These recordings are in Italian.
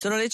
Sono le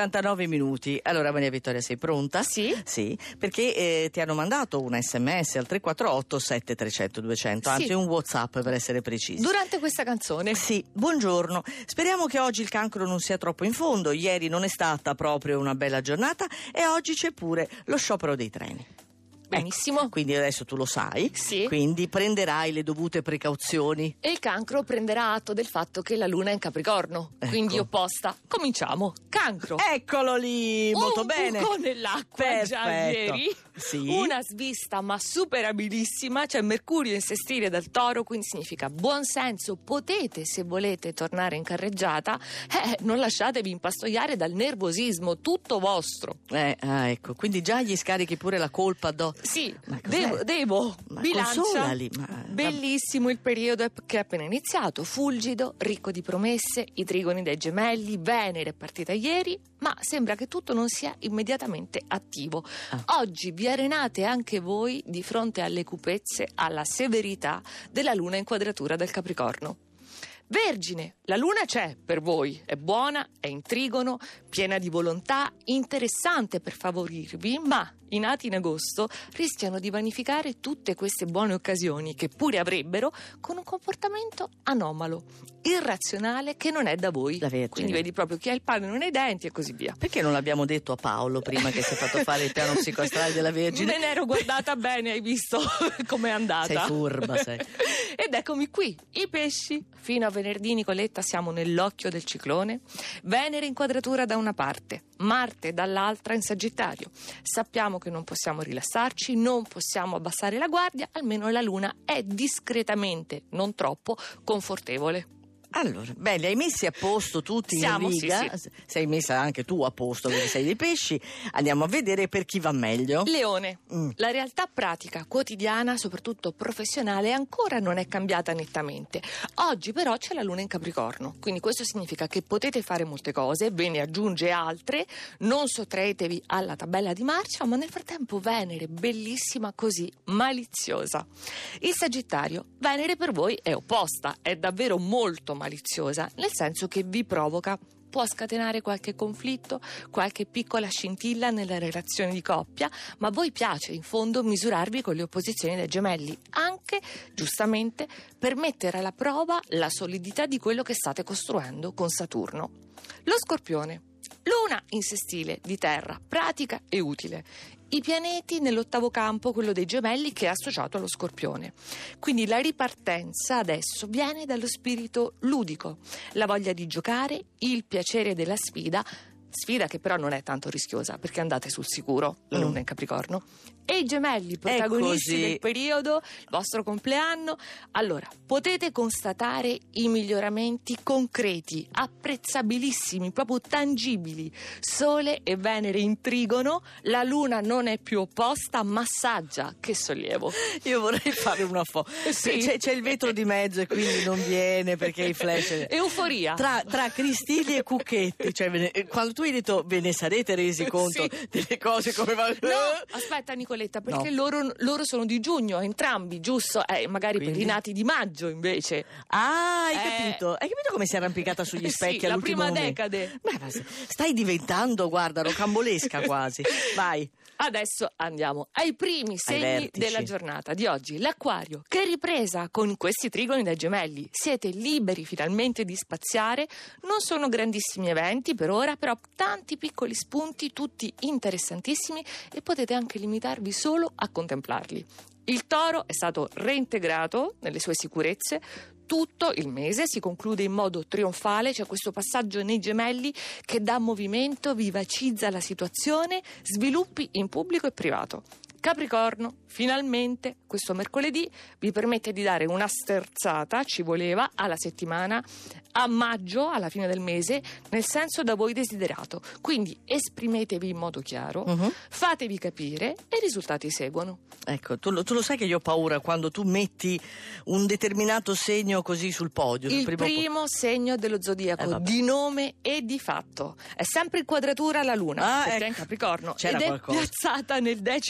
5:49. Allora, Maria Vittoria, sei pronta? Sì. Sì, perché ti hanno mandato un SMS al 348 7300 200, Sì. anzi un WhatsApp per essere precisi. Durante questa canzone. Sì, buongiorno. Speriamo che oggi il cancro non sia troppo in fondo. Ieri non è stata proprio una bella giornata e oggi c'è pure lo sciopero dei treni. Benissimo. Quindi adesso tu lo sai. Sì. Quindi prenderai le dovute precauzioni. E il cancro prenderà atto del fatto che la luna è in Capricorno, quindi opposta. Cominciamo. Cancro. Eccolo lì, molto bene. Un buco nell'acqua già Perfetto. ieri. Sì. Una svista ma superabilissima. C'è Mercurio in sestile dal Toro, quindi significa buon senso. Potete, se volete, tornare in carreggiata. Non lasciatevi impastoiare dal nervosismo, tutto vostro. Ecco, quindi già gli scarichi pure la colpa addosso. Sì, Ma cos'è? devo. Ma Bilancia. consolali, Bellissimo il periodo che è appena iniziato, fulgido, ricco di promesse, i trigoni dei gemelli, Venere è partita ieri, ma sembra che tutto non sia immediatamente attivo. Oggi vi arenate anche voi di fronte alle cupezze, alla severità della luna in quadratura del Capricorno. Vergine, la luna c'è per voi, è buona, è in trigono, piena di volontà, interessante per favorirvi, ma i nati in agosto rischiano di vanificare tutte queste buone occasioni che pure avrebbero con un comportamento anomalo, irrazionale, che non è da voi. La Vergine. Quindi vedi proprio chi ha il pane non ha i denti e così via. Perché non l'abbiamo detto a Paolo prima che si è fatto fare il piano psicoastrale della Vergine? Me ne ero guardata bene, hai visto com'è andata. Sei furba, sei. Ed eccomi qui, i pesci. Fino a venerdì, Nicoletta, siamo nell'occhio del ciclone. Venere in quadratura da una parte, Marte dall'altra in Sagittario. Sappiamo che non possiamo rilassarci, non possiamo abbassare la guardia, almeno la luna è discretamente, non troppo, confortevole. Allora, beh, li hai messi a posto tutti Siamo, in riga? sì. Sei messa anche tu a posto perché sei dei pesci. Andiamo a vedere per chi va meglio. Leone, la realtà pratica, quotidiana, soprattutto professionale, ancora non è cambiata nettamente. Oggi però c'è la luna in Capricorno, quindi questo significa che potete fare molte cose, ve ne aggiunge altre, non sottraetevi alla tabella di marcia, ma nel frattempo Venere, bellissima così, maliziosa. Il Sagittario, Venere per voi è opposta, è davvero molto maliziosa, nel senso che vi provoca, può scatenare qualche conflitto, qualche piccola scintilla nella relazione di coppia, ma a voi piace in fondo misurarvi con le opposizioni dei gemelli, anche, giustamente, per mettere alla prova la solidità di quello che state costruendo con Saturno. Lo Scorpione, luna in sestile di terra, pratica e utile. I pianeti nell'8° campo, quello dei gemelli, che è associato allo Scorpione. Quindi la ripartenza adesso viene dallo spirito ludico, la voglia di giocare, il piacere della sfida che però non è tanto rischiosa perché andate sul sicuro, la luna in Capricorno. E i gemelli, protagonisti del periodo, il vostro compleanno. Allora, potete constatare i miglioramenti concreti, apprezzabilissimi, proprio tangibili. Sole e Venere in trigono, la luna non è più opposta, massaggia. Che sollievo. Io vorrei fare una foto. Sì. C'è il vetro di mezzo e quindi non viene perché i flash. Euforia. Tra Cristilli e Cucchetti, cioè quando tu hai detto ve ne sarete resi conto Sì. delle cose come va. No, aspetta Nicoletta, perché loro sono di giugno, entrambi, giusto? Magari Quindi? per i nati di maggio invece. Ah, hai capito? Hai capito come si è arrampicata sugli specchi sì, all'ultimo la prima momento? decade. Beh, ma stai diventando, guarda, rocambolesca quasi. Vai. Adesso andiamo ai primi segni vertici della giornata di oggi. L'Acquario, che ripresa con questi trigoni dai gemelli. Siete liberi finalmente di spaziare. Non sono grandissimi eventi per ora, però tanti piccoli spunti, tutti interessantissimi, e potete anche limitarvi solo a contemplarli. Il Toro è stato reintegrato nelle sue sicurezze. Tutto il mese si conclude in modo trionfale, c'è questo passaggio nei gemelli che dà movimento, vivacizza la situazione, sviluppi in pubblico e privato. Capricorno, finalmente questo mercoledì vi permette di dare una sterzata, ci voleva, alla settimana, a maggio, alla fine del mese, nel senso da voi desiderato. Quindi esprimetevi in modo chiaro, fatevi capire e i risultati seguono. Ecco, tu lo sai che io ho paura quando tu metti un determinato segno così sul podio. Il primo segno dello zodiaco, di nome e di fatto. È sempre in quadratura la luna, perché è in Capricorno. C'era ed è qualcosa. piazzata nel 10° campo.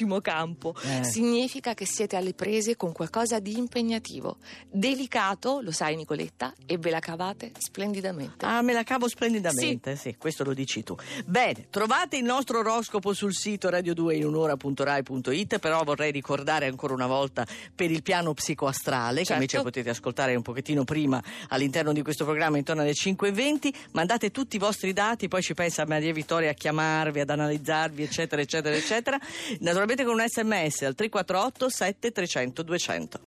campo. Significa che siete alle prese con qualcosa di impegnativo, delicato, lo sai Nicoletta, e ve la cavate splendidamente. Ah, me la cavo splendidamente, sì, questo lo dici tu. Bene, trovate il nostro oroscopo sul sito radio2inunora.rai.it, però vorrei ricordare ancora una volta per il piano psicoastrale, che invece potete ascoltare un pochettino prima all'interno di questo programma intorno alle 5:20. Mandate tutti i vostri dati, poi ci pensa Maria Vittoria a chiamarvi, ad analizzarvi, eccetera eccetera eccetera, naturalmente con un SMS al 348 7300 200.